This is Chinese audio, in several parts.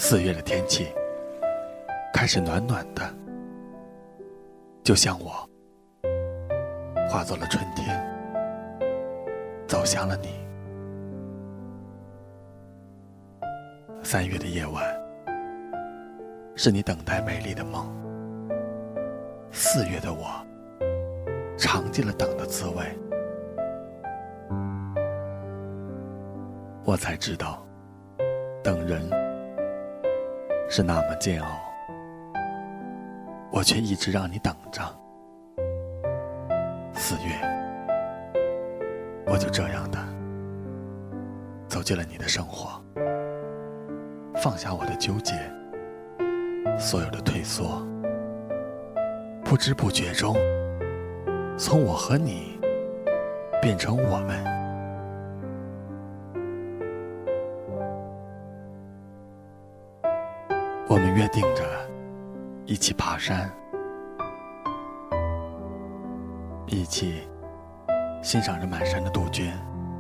4月的天气开始暖暖的，就像我化作了春天，走向了你。3月的夜晚，是你等待美丽的梦。4月的我，尝尽了等的滋味。我才知道，等人是那么煎熬，我却一直让你等着。4月，我就这样的走进了你的生活，放下我的纠结，所有的退缩，不知不觉中，从我和你变成我们。我们约定着一起爬山，一起欣赏着满山的杜鹃。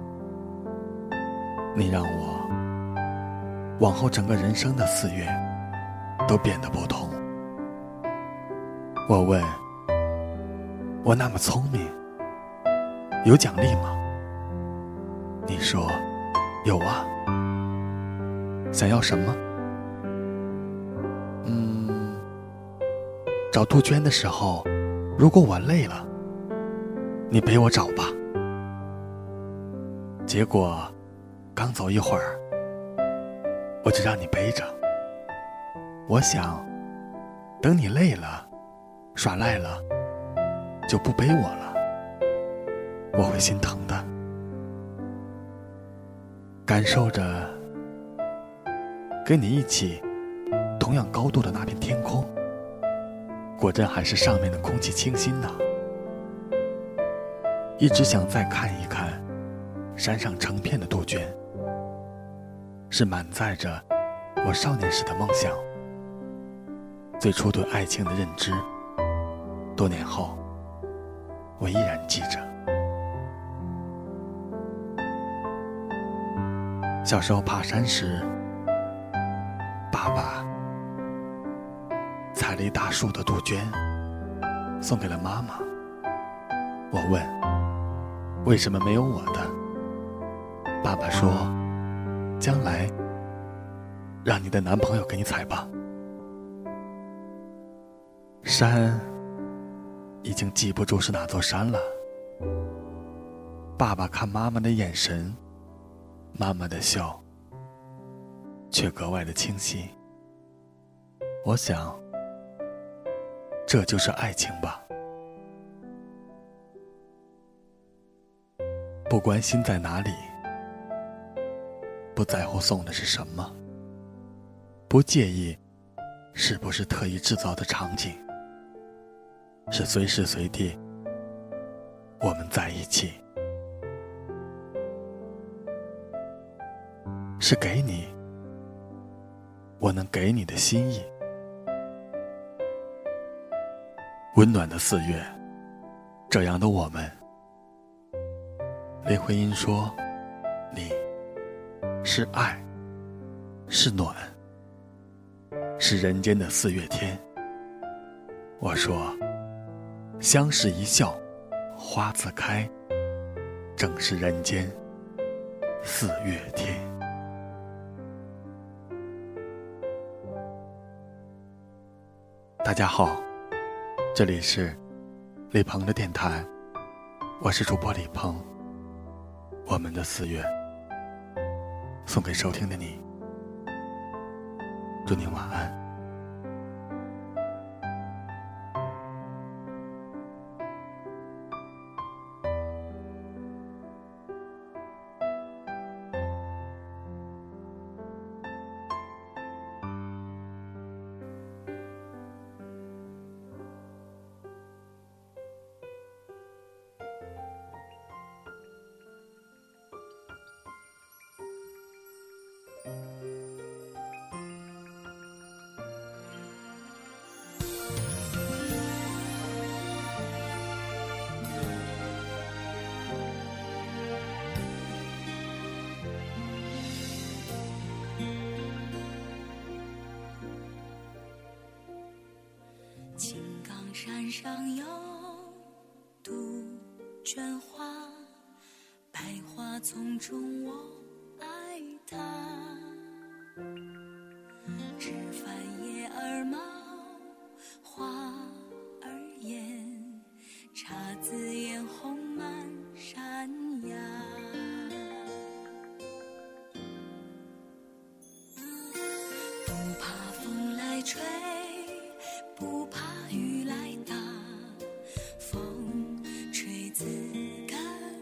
你让我往后整个人生的4月都变得不同。我问，我那么聪明，有奖励吗？你说，有啊。想要什么？找杜鹃的时候，如果我累了，你陪我找吧。结果刚走一会儿，我就让你背着。我想等你累了耍赖了，就不背我了，我会心疼的。感受着跟你一起同样高度的那片天空，果真还是上面的空气清新呢。一直想再看一看山上成片的杜鹃，是满载着我少年时的梦想，最初对爱情的认知。多年后，我依然记着。小时候爬山时，爸爸采了一大束的杜鹃，送给了妈妈。我问，为什么没有我的？爸爸说，将来让你的男朋友给你采吧。山已经记不住是哪座山了。爸爸看妈妈的眼神，妈妈的笑却格外的清晰。我想，这就是爱情吧。不关心在哪里，不在乎送的是什么，不介意是不是特意制造的场景，是随时随地我们在一起，是给你我能给你的心意。温暖的4月，这样的我们。林徽因说，你是爱，是暖，是人间的4月天。我说，相视一笑花自开，正是人间4月天。大家好，这里是李鹏的电台，我是主播李鹏。我们的4月，送给收听的你，祝您晚安。 青冈山上有杜鹃花，百花丛中我爱它。枝繁叶儿茂，花儿艳，姹紫嫣红满山崖。不怕风来吹，不怕雨来打，风吹自甘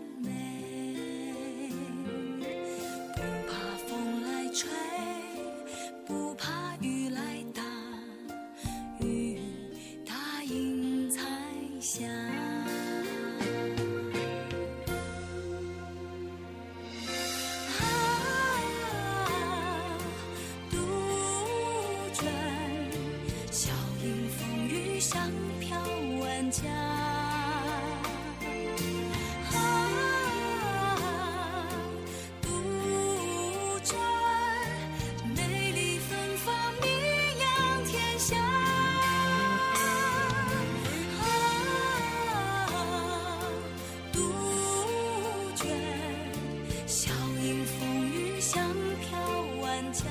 美。不怕风来吹，不怕雨来打，雨打映彩霞。香飘万家，杜鹃美丽芬芳，名扬天下。杜鹃笑迎风雨，香飘万家。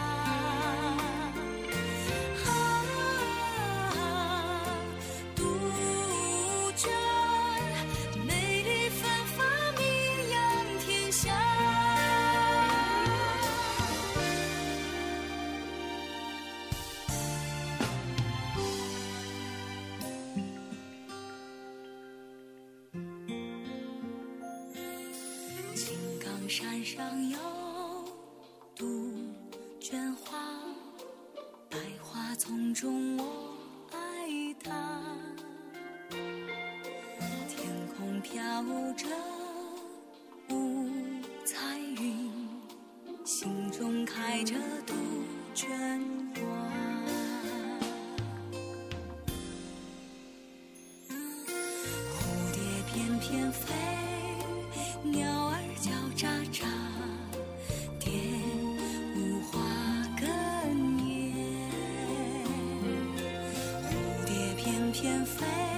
青冈山上有杜鹃花，百花丛中我爱它。天空飘着五彩云，心中开着杜鹃花。蝴蝶翩翩飞，鸟儿叫喳喳，蝶舞花更艳。蝴蝶翩翩飞，